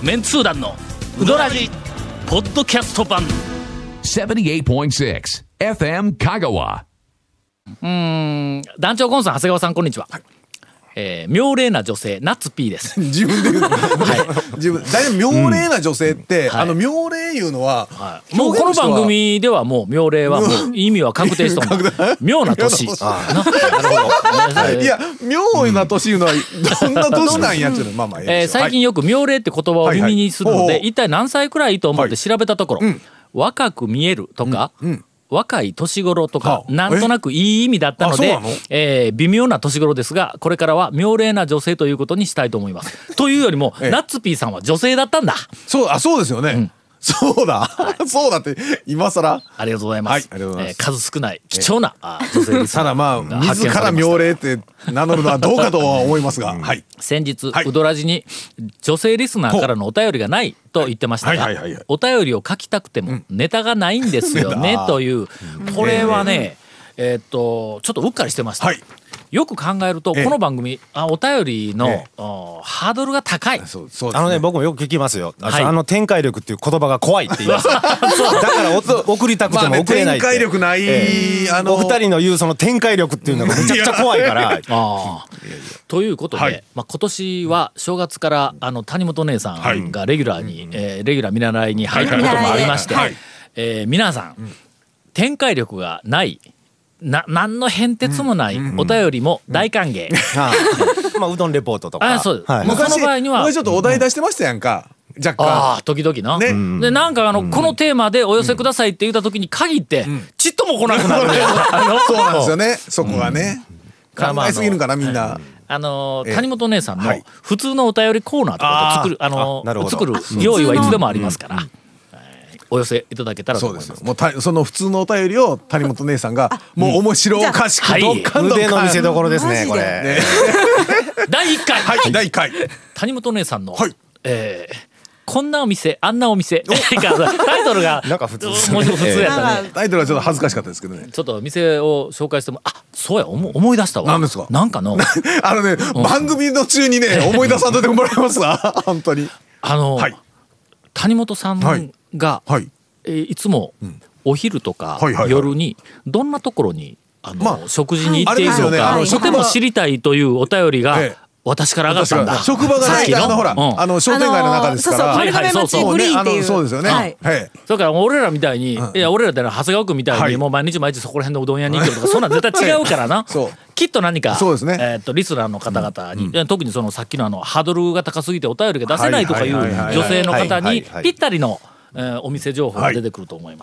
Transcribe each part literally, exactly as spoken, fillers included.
メンツー団のウドラジポッドキャスト版ななじゅうはちてんろく エフエム 香川。 うーん団長コンさん長谷川さんこんにちは、はい。えー、妙齢な女性ナッツ P です自分で言う、はい、自分大体妙齢な女性って、うん、あの妙齢いうのは、 はい、もうこの番組ではもう妙齢はもう意味は確定しとんだ妙な年なるほどいや妙な年いうのはどんな年なんやっちゅうの、まあまあ、 えー、最近よく妙齢って言葉を耳にするので、はいはい、一体何歳くらいと思って調べたところ、はい、うん、若く見えるとか、うんうん、若い年頃とか、なんとなくいい意味だったので、えー、微妙な年頃ですが、これからは妙齢な女性ということにしたいと思います。というよりも、ええ、ナッツピーさんは女性だったんだ。 そう、あ、そうですよね。うん、そうだ、はい、そうだって今更。 ありがとうございます。はい、ありがとうございます。えー、数少ない貴重な、えー、女性です。 ただまあ自ら妙齢って名乗るのはどうかとは思いますが、はい、 先日、はい、ウドラジに女性リスナーからのお便りがないと言ってましたが、はいはいはいはい、お便りを書きたくてもネタがないんですよね、うん、という、これはね、えー、っとちょっとうっかりしてました。はい、よく考えると、ええ、この番組あお便りの、ええ、ハードルが高い。 そうそうですね、あのね僕もよく聞きますよ、はい、あの展開力っていう言葉が怖いって言いますだからお送りたくても送れないって、まあね、展開力ない、ええ、あのお二人の言うその展開力っていうのがめちゃくちゃ怖いからあということで、はい、まあ、今年は正月からあの谷本姉さんがレギュラーに、はい、えー、レギュラー見習いに入ったこともありまして、はい、えー、皆さん、うん、展開力がないな何の変哲もないお便りも大歓迎、 うんうん、まあうどんレポートとか、 あ、そうです、はい、 もうその場合には昔ちょっとお題出してましたやんか、うん、若干あ時々な、ね、でなんかあの、うん、このテーマでお寄せくださいって言った時に限って、うん、ちっとも来なくなる、 あのそうなんですよね、そこがね、うん、考えすぎるかなみんな、はい、 あのー、谷本姉さんの普通のお便りコーナーとか作る、あのー、作る用意はいつでもありますから、うんうん、お寄せいただけたらと思います。そうです。もうたその普通のお便りを谷本姉さんがもう面白おかしくどっかんどっかん、 腕の見せ所ですねこれ、ね、 だいいっかい、 はい、だいいっかい谷本姉さんの、はい、えー、こんなお店あんなお店タイトルがなんか普通ですね、もう普通やったね。 タイトルはちょっと恥ずかしかったですけどね。 ちょっと店を紹介しても、あ、そうや思思い出したわ。 何ですか。 なんかのあのね、うん、番組の中にね思い出さんといてもらえますか本当に。 あの、はい、谷本さんが、はいはい、えー、いつもお昼とか夜にどんなところにあの、まあ、食事に行っているのか、ね、とても知りたいというお便りが、ええ、私から上がったんだ。 職場がね、あのほら、うん、あの商店街の中ですから、 あのー、そうそう、丸亀町グリーンっていう、 そうですよね。はい。 それから俺らみたいに、うん、いや俺らってのは長谷川君みたいに、はい、もう毎日毎日そこら辺のうどん屋に行ってるとかそんな絶対違うからな。そう。きっと何か、そうですね、えー、とリスナーの方々に、うん、特にそのさっきのあのハードルが高すぎてお便りが出せないとかいう女性の方にぴったりの、えー、お店情報が出てくると思います。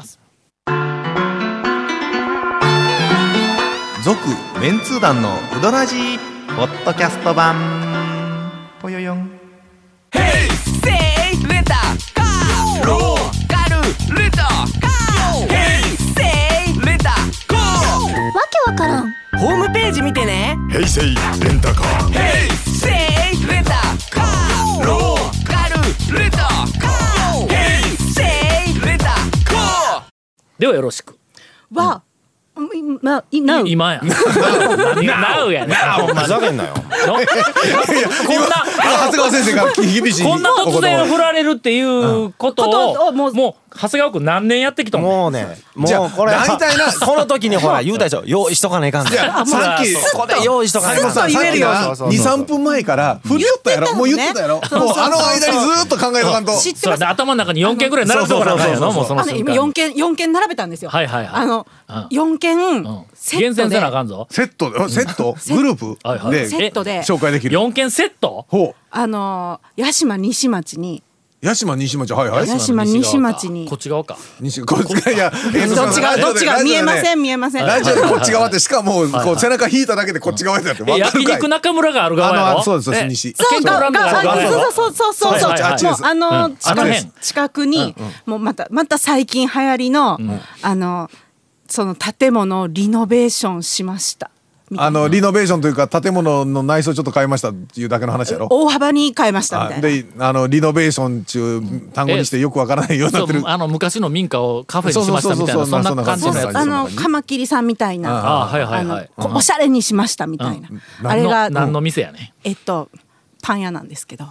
続、はい、メンツー団のうどらじポッドキャスト版ぽよよん。 ヘイセイレンタカーローカルレンタカーヘイセイレンタカーわけわからん。 ホームページ見てね。 ヘイセイレンタカーヘイセイレンタカーローカルレンタカーヘイセイレンタカーではよろしく。 わ、ま、今今や何がナウやねん。 ふざけんなよ。こんな長谷川先生が厳しい。 こんな突然振られるっていうことをもう長谷川君何年やってきたの。 もうね、もうこれ大体なこの時にほら言うたでしょ、用意しとかないかん。 さっきそこで用意しとかないかん。 さっきにさんぷんまえから振りよったやろ。もう言ってたやろ。もうあの間にずっと考えとかんと。 頭の中によんけんぐらい並べとかなあかんやろ。もうその今よんけんよんけん並べたんですよ。はいはいはい。あのよんけん厳選せなあかんぞ。 セットでセットグループでセットで紹介できる。 よんけんセット。 ほう。 あの八島西町に。 八島西町、はいはい。 八島西町に。 こっち側か。 西こっち側、いや、 どっち側どっち側見えません見えません。 ラジオでこっち側ってしかもこう背中引いただけでこっち側だって分かるかい。 焼肉中村がある側やろ。 そうですそうです西。 そうそうそうそうそう。あの近くにもうまたまた最近流行りのあのその建物をリノベーションしました。 あのリノベーションというか建物の内装ちょっと変えましたっていうだけの話やろ。 大幅に変えましたみたいな。 で、あのリノベーションっていう単語にしてよくわからないようになってる。 あの昔の民家をカフェにしましたみたいな、そんな感じのやつ。 あのカマキリさんみたいな、 あ、はいはいはい、 おしゃれにしましたみたいな。あれが何の店やね。 えっとパン屋なんですけど。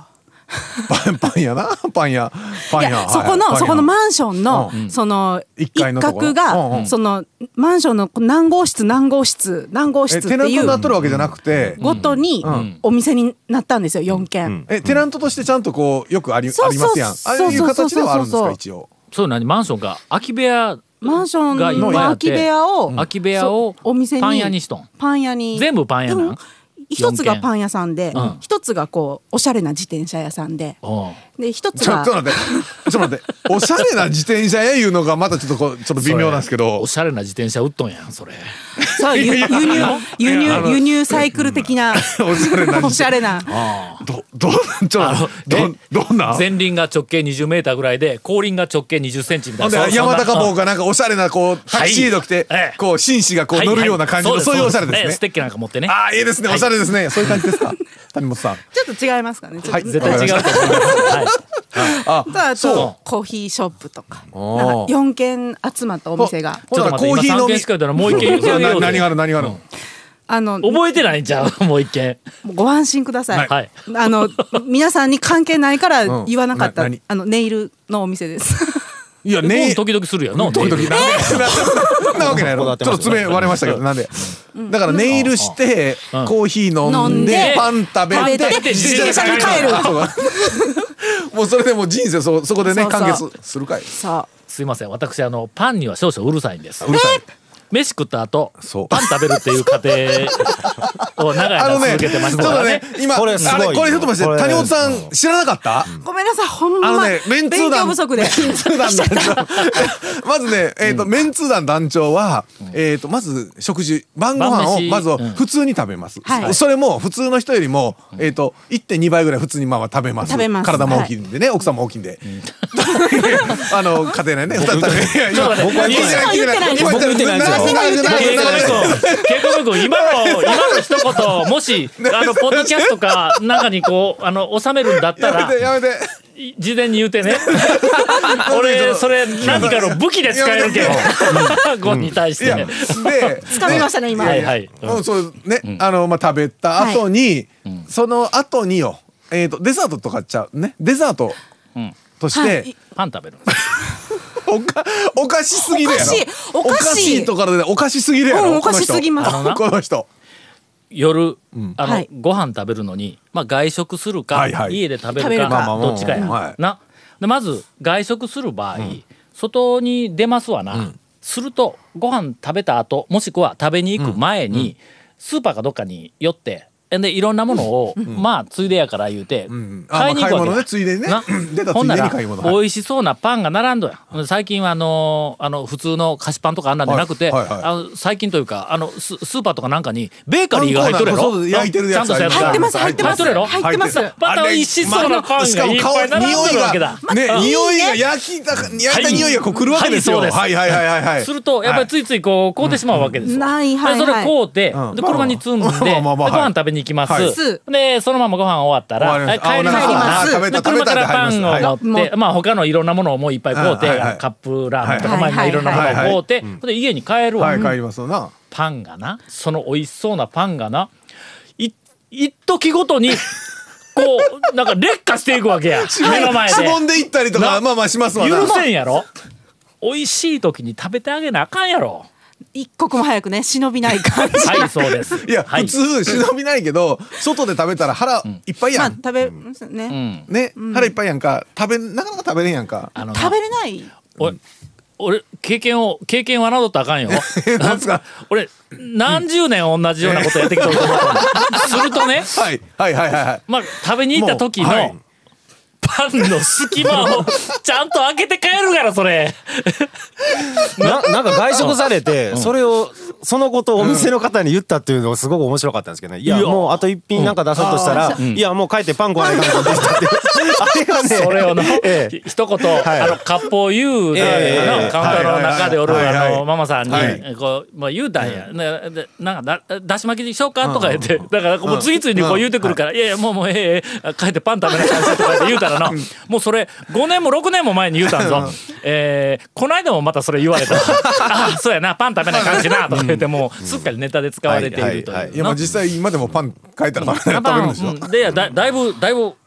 パンパン屋なパン屋パン屋いやそこのそこのマンションのその一角がそのマンションの何号室何号室何号室っていうテナントになっとるわけじゃなくてごとにお店になったんですよよんけん。 えテナントとしてちゃんとこうよくありありますやん。ああいう形ではあるんですか一応。 そう何マンションが空き部屋マンションの空き部屋を空き部屋をお店にパン屋にしとん。 パン屋に全部パン屋なん。 一つがパン屋さんで一つがこうおしゃれな自転車屋さんでで一つがちょっと待ってちょっと待っておしゃれな自転車屋いうのがまたちょっとこうちょっと微妙なんですけどおしゃれな自転車売っとんやんそれ。 そう輸入輸入輸入サイクル的なおしゃれなおしゃれなどどちょっとどどんな前輪が直径にじゅうメーターぐらいで後輪が直径にじゅっセンチみたいな。 山高帽がなんかおしゃれなこうタキシード着てこう紳士がこう乗るような感じのそういうおしゃれですね。 ステッキなんか持ってね。 ああいいですねおしゃれですねそういう感じですか谷本さん。 ちょっと違いますかね。 はい絶対違うと思います。はいああとコーヒーショップとかなんかよんけん集まったお店がちょっと待って今さんけんしか言ったらもういっけん言ってあげようぜ。 何がある何があるあの覚えてないんちゃうもう一件。 ご安心ください。 はいあの皆さんに関係ないから言わなかった、 うんな何あのネイルのお店です。 いやねね時々するよな。 時々なんでそんなわけないやろ。ちょっと爪割れましたけどなんでだからネイルしてコーヒー飲んでパン食べて自転車に帰る。 もうそれでもう人生そそこでねそうそう完結するかい。 そうすいません私あのパンには少々うるさいんです。 うるさい飯食った後そうパン食べるっていう過程を長い間続けてましたからね。 今これすごいあれこれちょっと待って谷本さん知らなかった？ ごめんなさいほんまあのねメンツー勉団強不足でメンツー団団長まずねえっとメンツー団団長はえっとまず食事晩ご飯をまず普通に食べます。 はいそれも普通の人よりもえっと いってんにばいぐらい普通にまあまあ食べます。 食べます体も大きいんでね奥さんも大きいんであの家庭内ねふたつ食べいやいや僕は言ってない言ってない今言ってない僕言ってないですよ何が言ってないケイコメ君ケイコメ君今の今の一言もしあのポッドキャストか中にこうあの収めるんだったやらめてやめて事前に言うてね俺それ何かの武器で使えるけどゴンに対しいやて。 で掴みましたね今。 はいはい。 うんそうねあのまあ食べた後にその後によえっとデザートとかちゃうねデザートとしはていパン食べる。 おかおかしすぎるやろ。 おかしいおかしいおかしいとかでおかしすぎるやろ。 うんおかしすぎますこの人この人。 夜あのはいご飯食べるのにまあ外食するかはいはい家で食べるか食べるかどっちかまあまあやな。でまず外食する場合外に出ますわな。するとご飯食べた後もしくは食べに行く前にスーパーかどっかに寄ってでいろんなものをまあついでやから言うて買いに行くわけだ。 ねついでにねな出たついほんならでに買い物。 美味しそうなパンが並んどや。最近はあのあの普通の菓子パンとかあんなんじゃなくて、 はいはいはいあの最近というかあのススーパーとかなんかにベーカリーが入っとるやろ。 そうそう焼いてるやつちゃんとしたやつが入ってます入ってます入っとるやろ。 入ってます。 また美味しそうなパンがいっぱい並んでるわけだ。 ね匂いが焼きた焼いた匂いがこう来るわけですよ。 はいそうですはいはいはいはいはい。 するとやっぱりついついこう買うてしまうわけですよ。 ないはいはいでそれ買うてうんで車に積んででまあまあまあご飯食べに行きます。 はいでそのままご飯終わったら終わりまはい帰りますすああわな。 食べたで車からパン食べたを持ってまあ他のいろんなものをもういっぱい買うてはいはいカップラーメンとかはいまあいろんなものを買うてで家に帰るわはい。帰りますよな。 パンがなその美味しそうなパンがない一時ごとにこうなんか劣化していくわけや目の前でしぼんでいったりとかなまあまあしますわな。 許せんやろ。美味しい時に食べてあげなあかんやろ。 一刻も早くね忍びない感じ。 はいそうです。 いやはい普通忍びないけど外で食べたら腹いっぱいやん。 まあ食べますうね。 んね腹いっぱいやんか食べなかなか食べれんやんか。 あのな食べれない。 俺俺経験を経験は侮ったらあかんよ。 なんですか。 俺何十年同じようなことやってきたと思ったの。するとね、 はいはいはいはいはい。 まあ食べに行った時の、 もうはいパンの隙間をちゃんと開けて帰るからそれ。 ななんか外食されてそれをそのことをお店の方に言ったっていうのがすごく面白かったんですけどね。いやいやもうあと一品なんか出そうとしたらいやもう帰ってパン食わないかんとって言ったってあれがねそれをの、 ええ一言、 はいあの割烹言うで、 ええあのカウンターの中でおる、 はいはいはいあのママさんに、 はいこうまあ言うたんや、ねでなんかだだし巻きにしようかとか言って、だからもう次々にこう言うてくるから、いやいやもうもうええええ帰ってパン食べな感じとか言って言うたらな、もうそれごねんもろくねんも前に言うたんぞ。えー、この間もまたそれ言われた。あそうやなパン食べな感じなとか言ってもうすっかりネタで使われているという。 いやまあ実際今でもパン変えたら食べない食べるんですよ。 うんでだだいぶだいぶ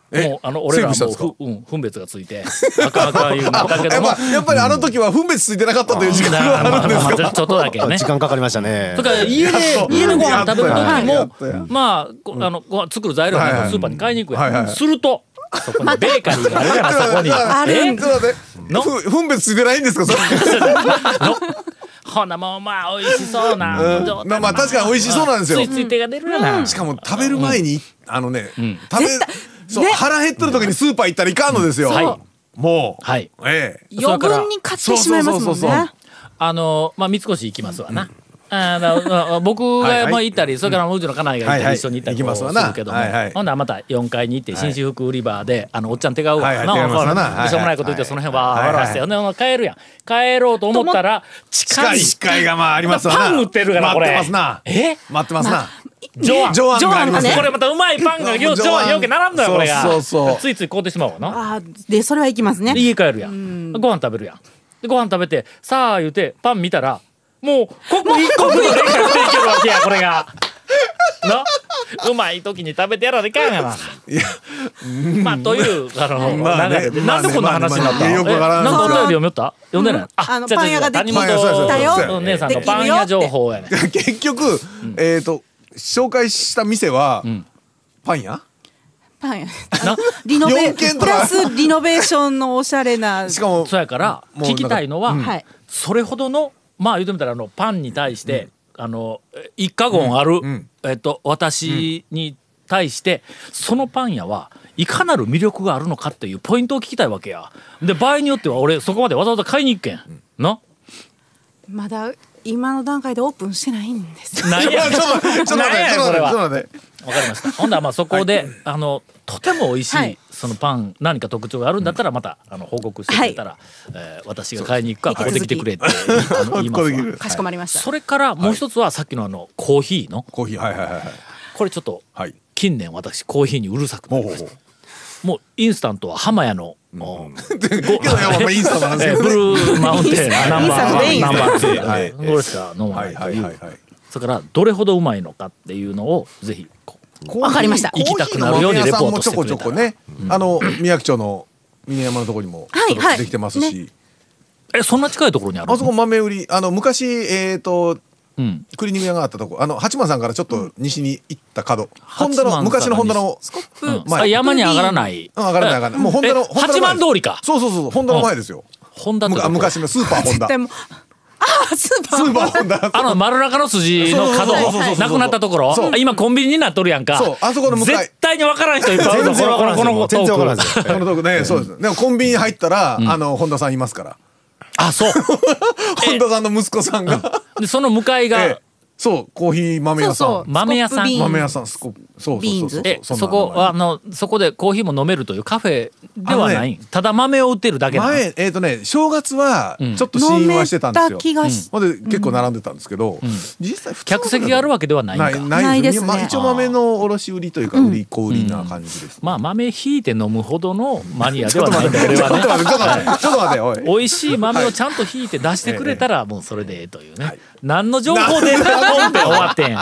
もうあの俺らはもうふ、うん、分別がついてあかんあかん言うんだけどもやっぱやっぱりあの時は分別ついてなかったという時間があるんですか。 ちょっとだけね時間かかりましたね。 とか家で家でご飯食べる時もやったやまあごあのご飯作る材料はいはいをスーパーに買いに行くはいはいやんするとそこにベーカリーがあるやんそこにあるえちょっと待ってのふ分別ついてないんですかそれ。 のほなもうまあ美味しそうな状態まあまあ確かに美味しそうなんですよ。 ついつい手が出るやなしかも食べる前にあのねん食べそう腹減ってる時にスーパー行ったらいかんのですよ。 はいもうはいええ余分に買ってしまいますもんそうそうそうそうね。 あのまあ三越行きますわな、あの僕がまあ行ったりそれからうちの家内が行ったり一緒に行ったりこうするけどもはいはいほんならまたよんかいに行って新私服売り場であのおっちゃん手がうわはいはいな手が合いますわなほらしょうもないこと言ってその辺ははいはい笑わせてほんでほんで帰るやん帰ろうと思ったら地下近いに近いがまあありますわな。 パン売ってるからこれ待ってますな。 え待ってますな。 上腕上腕がありますね。 これまたうまいパンがよう上腕上腕よけ並んだよこれがそうそうそうついつい買うてしまうわなあーでそれはいきますねで。家帰るやんご飯食べるやんでご飯食べてさあ言うてパン見たらもう刻一刻の連鎖していけるわけやこれがなうまい時に食べてやられかんやな。 いやまあというあの、 まあね流れでまあねなんでこんな話になったの、 まあねよくわからんえなんかお便り読みよった読んでない、 あの違う違うパン屋ができ谷本パン屋そうそうそううん姉さんのパン屋情報やね結局えっと紹介した店はんパン屋。 パン屋あのリノベよんけんとかプラスリノベーションのおしゃれな。 しかもそうやからもう聞きたいのは、 はい。 それほどのまあ言うてみたらあのパンに対して、あの一家言ある、 んえっと私に対してそのパン屋はいかなる魅力があるのかっていうポイントを聞きたいわけや。で場合によっては俺そこまでわざわざ買いに行けん、なまだ今の段階でオープンしてないんですよ。 なんやちょっと待ってちょっと待ってちょっと待ってちょっと待って。 わかりました。ほんだらまあそこで、あのとても美味しい、 はいそのパン何か特徴があるんだったらまたあの報告してくれたら、えー私が買いに行くから買ってきてくれってあの言いますわ。 かしこまりました。 それからもう一つはさっきのあのコーヒーのコーヒーはいはいはいはい。 これちょっとはい。 近年私コーヒーにうるさくなりました。 ほうほうほう。 もうインスタントは浜屋の、おけどいやまあインスタなんですえーブけどね。 ルーマウンテンナンバインスタントでいいーナンバーツーはいはいこれしか飲まはないいというはいはいはい。 それからどれほどうまいのかっていうのをぜひこうわかりましたコーヒー行きたくなるようにレポートしてくれたらコーヒーの豆屋さんもちょこちょこね、あの宮城町の峰山のところにもはいはいできてますし、 えそんな近いところにあるのあそこ豆売りあの昔えっとうんクリーニング屋があったとこあの八幡さんからちょっと西に行った角、ホン八幡からダの昔のホンダのうん前あ山に上がらないうん上がらない上がらないもうホンダのえ八ホンダの前幡通りかそうそうそうホンダの前ですよ。 ホンダってむか昔のスーパーホンダでもあースーパースーパーホンダあの丸中の筋の角そうそうそうそうなくなったところそうあ今コンビニになっとるやんかそうあそこの向かい絶対に分からん人いっぱいいるぞ全然わからんこのこの全然わからんトークですよ。 このとこねそうですでもコンビニ入ったらあのホンダさんいますからあそうホンダさんの息子さんがでその向かいが、 ええそうコーヒー豆屋さんそうそう豆屋さんスコップビーン豆屋さんスコそうそうそうそうビーンズえんなそこ名前あのそこでコーヒーも飲めるというカフェではない、 あのただ豆を売ってるだけなの前えっ、とね正月はんちょっと試飲はしてたんです飲めよ、 た気がしほんで結構並んでたんですけど、実際普通の客席があるわけではないんかないないですねないですねまあ、一応豆の卸売りというか売り小売りな感じです、 まあ豆ひいて飲むほどのマニアではないんだちょっと俺はね待ってちょっと待ってちょっと待っておい美味しい豆をちゃんとひいて出してくれたらもうそれでええというね、何の情報でポンって終わってん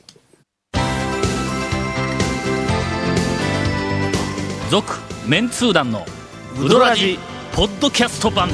続メンツー団のウドラジポッドキャスト版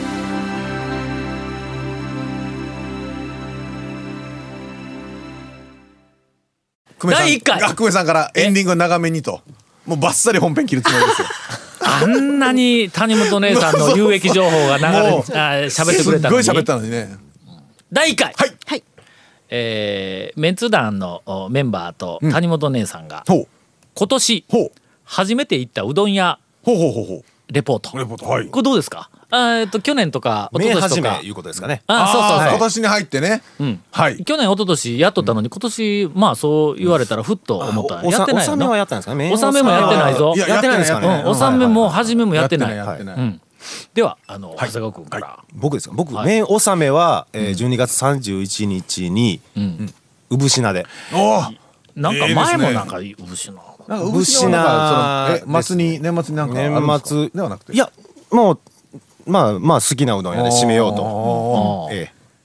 久米さんだいいっかいあ久米さんからエンディング長めにともうバッサリ本編切るつもりですよあんなに谷本姉さんの有益情報が流れもうあ喋ってくれたのにすっごい喋ったのにねだいいっかい、 はいはいえーメンツー団のおメンバーと谷本姉さんがほう今年ほう初めて行ったうどん屋ほうほうほうほうレポートレポートはいこれどうですかあーえっと去年とか一目昨年とか始めいうことですかね。 あそうそうそう、 今年に入ってね、 うんはい去年一昨年やっとったのに今年まあそう言われたらふっと思ったおやってないよ納めはなやったんですかね。 納めもやってないぞいややってないんですかね。 うん納めも初めもやってないやってないやってない、 うんではあの長谷川君から僕ですか。僕はい麺納めはえーじゅうにがつさんじゅういちにちにうん産品で。 おおなんか前もなんかうぶしななんかうしのなんかそのえ末に年末になんかあるんですか年末ではなくていやもうまあまあ好きなうどん屋で締めようと。 とあーええ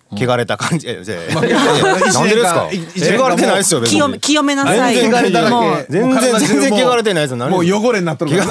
汚れた感じ。ええなんでですか。汚れてないですよ。 清め清めなさい。 全然全然全然汚れてないですよ。 もう汚れになっとるから。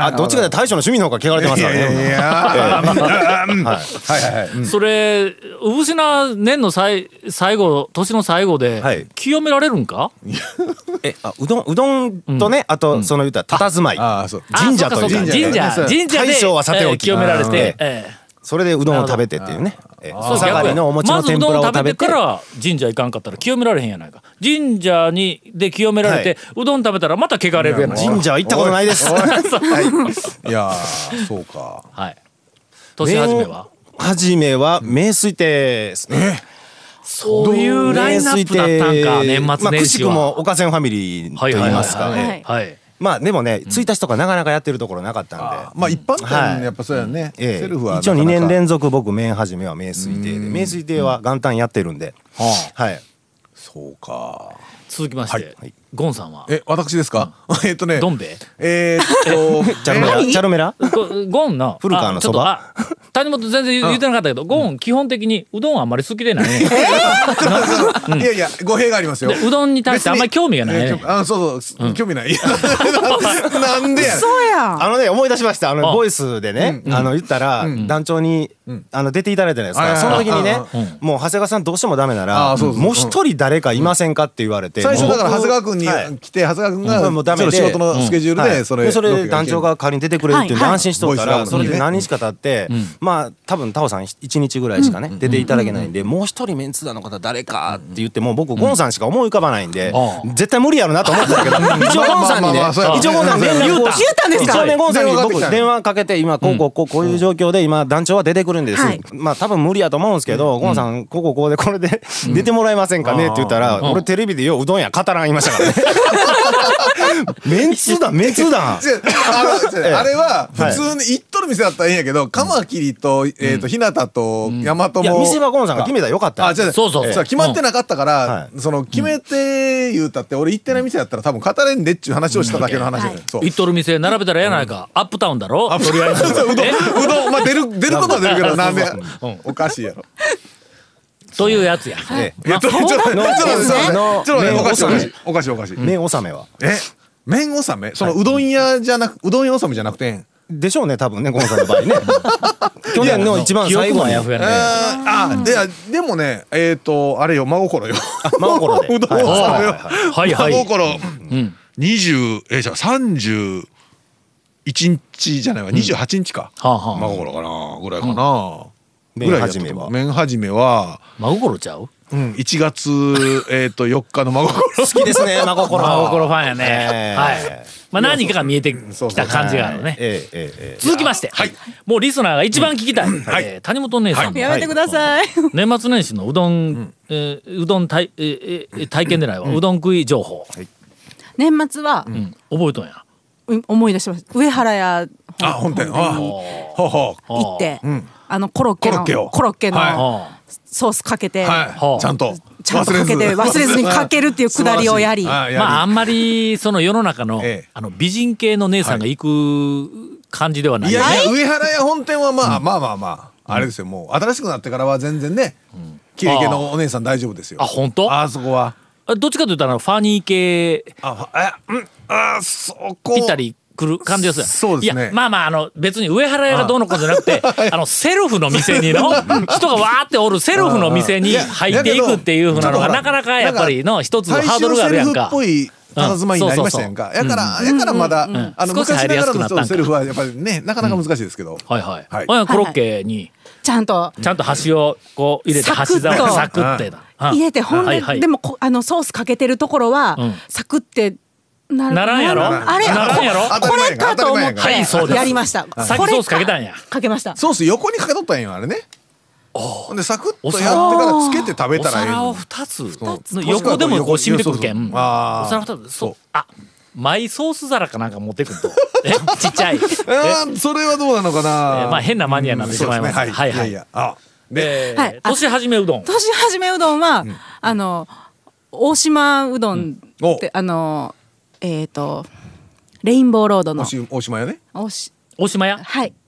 あ、どっちかで大将の趣味の方が汚れてますからね。 いやはいはいはい。 それうぶしな年の最最後年の最後で清められるんか？ え、あ、うどんうどんとね、あとその言ったら佇まい、神社という神社神社で大将はさておき清められて。 それでうどんを食べてっていうね。 お下がりのお餅の天ぷらを食べて、 まずうどん食べてから神社行かんかったら清められへんやないか。神社にで清められて、うどん食べたらまた汚れるやないか。 神社は行ったことないです。 いやそうか。 はい。年始めは初めは名水亭ですね。 そういうラインナップだったんか、年末年始は。 くしくも岡線ファミリーと言いますか。はい。まあでもね、ついたちとかなかなかやってるところなかったんで、 まあ一般店やっぱそうやね。セルフは一応にねん連続僕麺始めは名水亭で、名水亭は元旦やってるんで、はい。 そうか。 続きましてゴンさんは。 え、私ですか？えっとね、 どん兵衛。 えっとチャルメラ、チャルメラ？ ゴンの古川のそば。 谷本全然言ってなかったけど、ゴン基本的にうどんあんまり好きでないね。 いやいや、語弊がありますよ。 うどんに対してあんまり興味がないね。 あ、そうそう、興味ない。なんでや。 そうや。 あのね、思い出しました。あのボイスでね、あの言ったら団長にあの出ていただいたじゃないですか。その時にね、もう長谷川さんどうしてもダメなら、もう一人誰かいませんかって言われて。 最初だから長谷川君に来て、長谷川君がもうダメで仕事のスケジュールでそれ。 それで団長が代わりに出てくれるって言って安心しとったら、それで何日か経って、まあ多分タオさん一日ぐらいしかね出ていただけないんで、もう一人メンツー団の方誰かって言っても僕ゴンさんしか思い浮かばないんで、絶対無理やろなと思ったけど、一応ゴンさんにね、一応ゴンさんに連絡を言ったんですか？ 一応ねゴンさんに僕電話かけて、今こうこうこうこういう状況で今団長は出てくるんです。まあ多分無理やと思うんですけど、ゴンさんこうこうこうでこれで出てもらえませんかねって言ったら、俺テレビでよううどんや語らん言いましたからね。メンツー団メンツー団。 あれは普通に行っとる店だったらいいんやけど、カマキリとえっと日向と大和も、いや店はゴンさんが決めたらよかった。 あ、じゃあそうそう決まってなかったから、その決めて言うたって俺行ってない店やったら多分語れんでっちゅう話をしただけの話だよ。 行っとる店並べたらやないか。アップタウンだろ。とりあえずうどんうどんまあ出る出ることは出るけど、なんでおかしいやろ。 というやつや。 えっとちょっとちょっとちょっとおかしいおかしいおかしいおかしい。 麺納めはえ麺納め、そのうどん屋じゃなくうどん屋納めじゃなくてでしょうね、多分ね、ゴンさんの場合ね。去年の一番最後に。 あ、ででもね、えっとあれよ、真心よ。 真心で。 うどん納めよ。 はいはい。 真心にじゅうえじゃさんじゅういちにちじゃないわ、にじゅうはちにちか。真心かなぐらいかな。 麺始めは。 麺始めは真心ちゃう？ うん、いちがつえっとよっかの真心。 好きですね、真心。 真心ファンやね。はい。まあ何かが見えてきた感じがあるね。続きまして、もうリスナーが一番聞きたい谷本姉さん。 やめてください。 年末年始のうどんうどん体体験でないわ。うどん食い情報。 年末は覚えとんや。 思い出しました。上原屋本店行ってあのコロッケのコロッケのソースかけて、 はい、ちゃんとちゃんとかけて忘れずにかけるっていうくだりをやり、 まああんまりその世の中の、ええ、あの美人系の姉さんが行く感じではない。 いやいや、上原屋本店はまあ、うん、まあまあまああれですよ、もう新しくなってからは全然ね、綺麗系のお姉さん大丈夫ですよ。 あ、本当？ あそこはどっちかというとあのファニー系ああうんあそこ行ったり来る感じです。 そうですね。 いやまあまああの別に上原屋がどうのこうじゃなくて、あのセルフの店にの人がわーっておるセルフの店に入っていくっていうふうなのがなかなかやっぱりの一つハードルがあるやんか。 セルフっぽい佇まいになりましたやんか。やからやからまだあの昔ながらのセルフはやっぱりねなかなか難しいですけど。 はいはい。コロッケにちゃんとちゃんと端をこう入れて端皿をサクって入れて、ほんででもあのソースかけてるところはサクってならんやろ。 あれならんやろ。 これかと思ってやりました。 さっきソースかけたんや。 かけました。 ソース横にかけとったんよあれね。ほんでサクッとやってからつけて食べたらええ。 お皿を二つ横でもこう染みてくるけん。お皿二つ。そう。あ、マイソース皿かなんか持ってくると。え、ちっちゃい。 それはどうなのかな。 まあ変なマニアになってしまいます。はいはい。あ、で年始めうどん。 年始めうどんはあの大島うどんってあの。えっとレインボーロードの大島屋ね。 大島屋。 はい。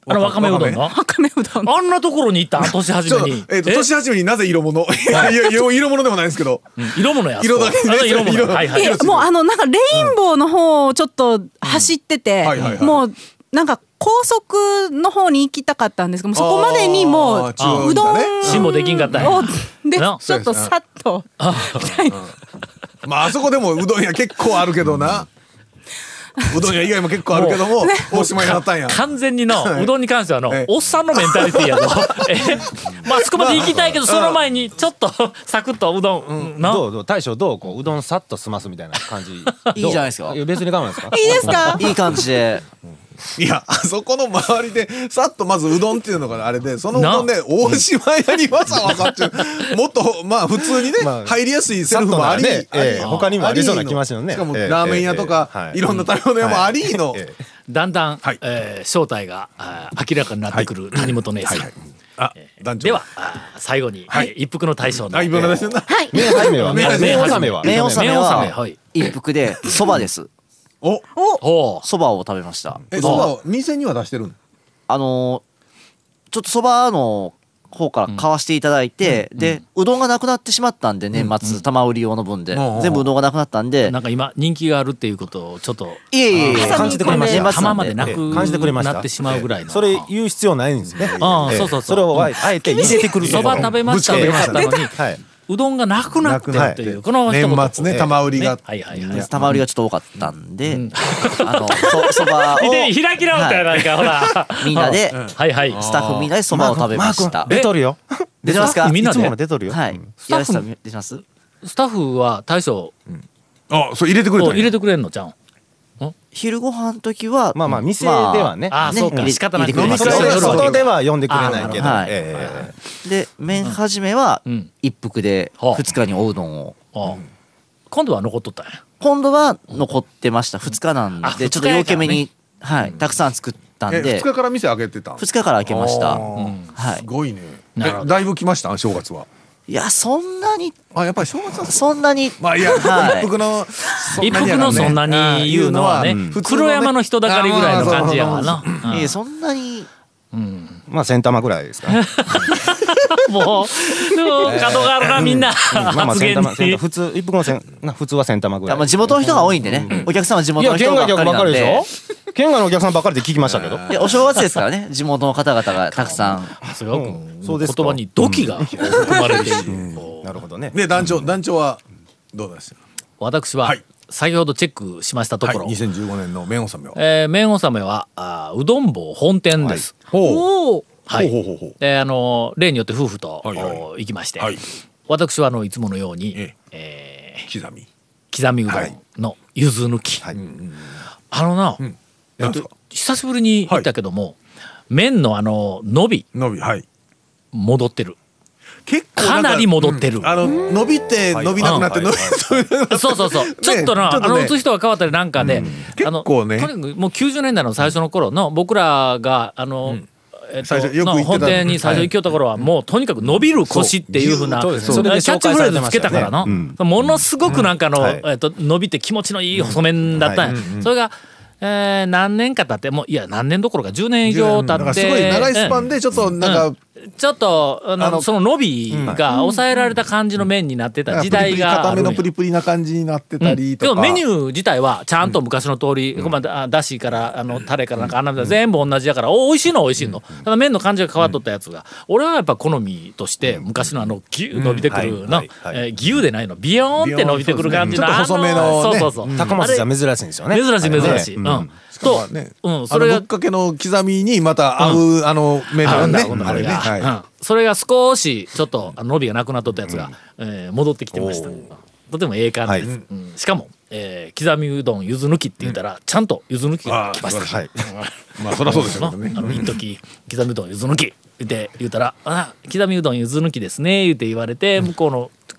あのわかめうどんのわかめうどんあんなところに行った年始めにえっと年始めになぜ色物いやいや色物でもないんですけど色物や色だけあ色物はいはいいやもうあのなんかレインボーの方をちょっと走ってて、もうなんか高速の方に行きたかったんですけど、そこまでにもううどん辛抱できんかったんやをでちょっとさっとみたいな。 まああそこでもうどん屋結構あるけどな。うどん屋以外も結構あるけども大島になったんや。 完全にのうどんに関してはのおっさんのメンタリティーやぞ。えまあそこまで行きたいけどその前にちょっとサクッとうどんのどうどう大将どうこううどんさっと済ますみたいな感じ。 いいじゃないですか。 いや別に我慢ですか。 いいですか。 いい感じで。 いやあそこの周りでさっとまずうどんっていうのがあれで、そのうどんで大島屋にわざわざっていうもっとまあ普通にね入りやすいセルフもあり、 他にもありそうな気ますよね。 しかもラーメン屋とかいろんな食べ物屋もありのだんだんえ正体が明らかになってくる谷本姉さん。では最後に一服の大将の一服の大将の麺始めは麺納めは麺納めは一服でそばです。 おおそばを食べました。 えそばを店には出してるの？ あのちょっとそばの方から買わしていただいて、でうどんがなくなってしまったんで、年末玉売り用の分で全部うどんがなくなったんで、 なんか今人気があるっていうことをちょっといえいえ感じてくれました。 玉までなくなってしまうぐらいの。 それ言う必要ないんですね。 ああそうそうそう。 それをあえて入れてくる。 そば食べましたでよかったのに。うどんがなくなってっていうこの年末ね玉売りが玉売りがちょっと多かったんで、あのそばを開き直ったやないかほらみんなではいはいスタッフみんなでそばを食べました。 出とるよ。 出てますか？ みんなで出とるよ。 はい。スタッフ出てます？ スタッフは大将あそう入れてくれた入れてくれんのじゃん。 昼ご飯の時はまあまあ店ではね、 あそうか仕方なく外では呼んでくれないけど、 で麺始めは一服でふつかにおうどんを、 今度は残っとったんや。 今度は残ってました。ふつかなんでちょっと大きめにはいたくさん作ったんで、 ふつかから店開けてた。 ふつかから開けました。はい。 すごいね。だいぶ来ました正月は。 いやそんなにあやっぱり正月はそんなにまあいや一服の一服のそんなに言うのはね黒山の人だかりぐらいの感じやわな。 いやそんなにまあ千玉ぐらいですか。 もうでも角があるなみんな発言に。 普通一服の千普通は千玉ぐらい。 まあ地元の人が多いんでね。お客さんは地元の人ばっかりなんで。 県外のお客さんばっかりで聞きましたけど。 いやお正月ですからね。地元の方々がたくさん。 すごく言葉に土器が含まれている。 なるほどね。 で団長団長はどうですか。 私は先ほどチェックしましたところ、 にせんじゅうごねんの麺納めは、 えー、麺納めはあうどん坊本店です。 ほうはい。であの例によって夫婦と行きまして、私はあのいつものようにえ刻み刻みうどんのゆず抜き。あのな久しぶりに行ったけども麺のあの伸び伸びはい戻ってる。 結構かなり戻ってる。 あの伸びて伸びなくなって伸びそうそうそう。ちょっとなあの打つ人が変わったりなんかで、 結構ね。 とにかくもうきゅうじゅうねんだいの最初の頃の僕らがあのえっと本店に最初行きよった頃はもうとにかく伸びる腰っていうふうなキャッチフレーズつけたからのものすごくなんかのえっと伸びて気持ちのいい細麺だったんや。それがえ何年か経ってもういや何年どころかじゅうねん以上経ってすごい長いスパンでちょっとなんかちょっとあのその伸びが抑えられた感じの麺になってた時代があるんや。 固めのプリプリな感じになってたりとか。 でもメニュー自体はちゃんと昔の通り、だしからあのタレからなんかあんな全部同じだからお美味しいのは美味しいの。ただ麺の感じが変わっとったやつが、俺はやっぱ好みとして昔のあのギュー伸びてくるのギューでないのビヨーンって伸びてくる感じのあの細めのそうそうそう。 高松じゃ珍しいんですよね。 珍しい珍しい。うん。とうんそれがぶっかけの刻みにまた合うあの麺がねあれね。 それが少しちょっと伸びがなくなっとったやつが、えー、戻ってきてました。とてもええ感じです、はいうん、しかも、えー、刻みうどんゆず抜きって言ったら、うん、ちゃんとゆず抜きが来ました。はい、 まあそりゃそうですよね。 あの一時刻みうどんゆず抜きって言ったらあ刻みうどんゆず抜きですね言って言われて向こうの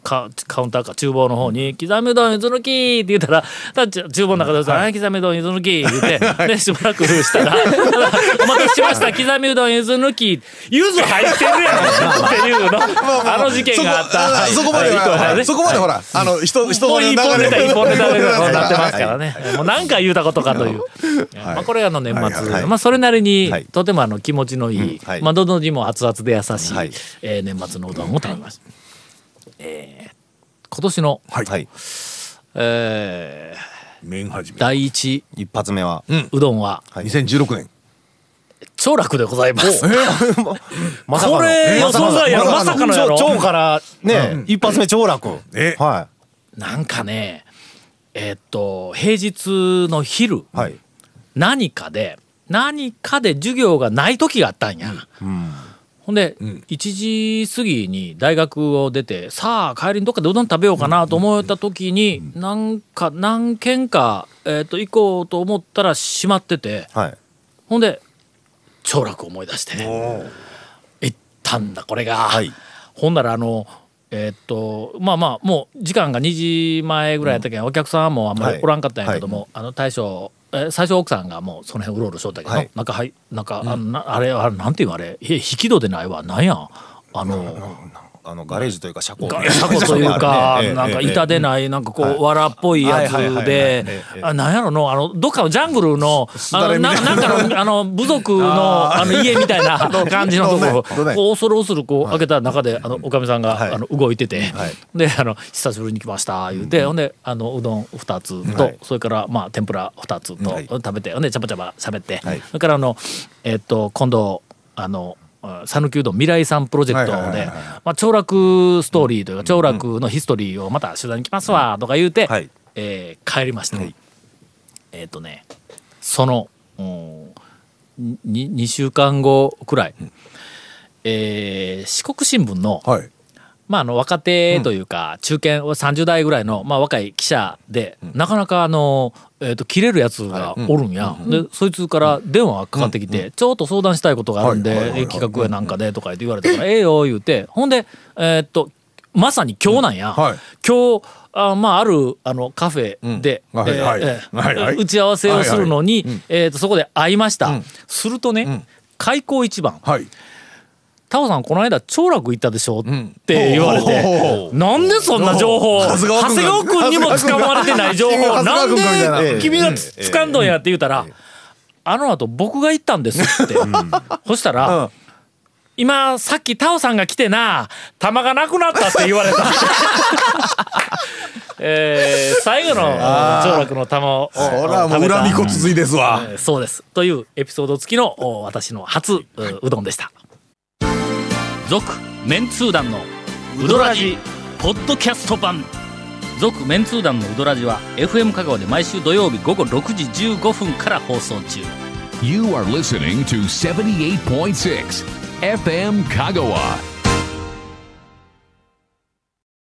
カ, カウンターか厨房の方に「刻みうどんゆず抜き」って言ったら厨房の中でさ「はい、刻みうどんゆず抜き」言ってでしばらくしたら「お待たせしました刻みうどんゆず抜きゆず入ってるやん」っていうのあの事件があったそこまではそこまでほらあの人人の流れ一本ネタ一本ネタでなってますからねもう何回言うたことかというまあこれがあの年末まあそれなりにとてもあの気持ちのいいまあどのにも熱々で優しいえ年末のうどんを食べました。えー、今年の、はい、えー、第一一発目は、 うん、うどんは、 はい、にせんじゅうろくねん長楽でございます。 えー、 まさかのこれ予想外やろまさかのやろ長からね、うん、一発目長楽えはい、 なんかねえー、っと平日の昼、はい、何かで何かで授業がない時があったんや、うんうんほんで、うん、いちじ過ぎに大学を出てさあ帰りにどっかでうどん食べようかなと思った時に、うん、なんか何軒か、えー、と行こうと思ったら閉まってて、はい、ほんで長楽を思い出して行ったんだこれが、はい、ほんならあのえー、っとまあまあもう時間がにじまえぐらいやったけん、うん、お客さんもあんまりおらんかったんやけども、はい、あの大将え最初奥さんがもうその辺うろうろしとったけど、はい、なんかはいなんか、うん、あなあれあれなんていうのあれ引き戸でないわなんやあのあのガレージというか車庫車庫というかなんか板でないなんかこう藁っぽいやつでなんやろのあのどっかのジャングルのあのななんかのあの部族のあの家みたいな感じのところこう恐る恐るこう開けた中であのおかみさんがあの動いててであの久しぶりに来ました言うてほんであのうどんふたつとそれからまあ天ぷらふたつと食べてほんでちゃばちゃば喋ってそれからあのえっと今度あの讃岐うどん未来さんプロジェクトで長楽ストーリーというか長楽のヒストリーをまた取材に来ますわとか言うて、うんはいえー、帰りました、はい、えっ、ー、とねその、うん、に, にしゅうかんごくらい、うんえー、四国新聞の、はいまあ、あの若手というか中堅さんじゅう代ぐらいの、まあ、若い記者で、うん、なかなかあのえー、と切れるやつがおるんや、はいうん、でそいつから電話がかかってきて、うん、ちょっと相談したいことがあるんで、はいはい、企画やなんかでとか言われたから、うん、ええよ言うてほんで、えー、っとまさに今日なんや、うんはい、今日 あ,、まあ、あるあのカフェで、うんえーはいえーはいはい、打ち合わせをするのに、はいはいえー、とそこで会いました、うん、するとね、うん、開口一番、はいタオさんこの間長楽行ったでしょ、うん、って言われてなんでそんな情報長谷川君にも掴まれてない情報なんで君が掴んどんやって言うたらあの後僕が行ったんですって、うん、そしたら、うん、今さっきタオさんが来てな玉がなくなったって言われたえー、最後の長楽の玉をそらもう恨み骨髄ですわ、 えー、そうですというエピソード付きの私の初 う, うどんでした。続メンツー団のウドラジポッドキャスト版続メンツー団のウドラジは エフエム 香川で毎週土曜日午後ろくじじゅうごふんから放送中。 You are listening to seventy-eight point six エフエム 香川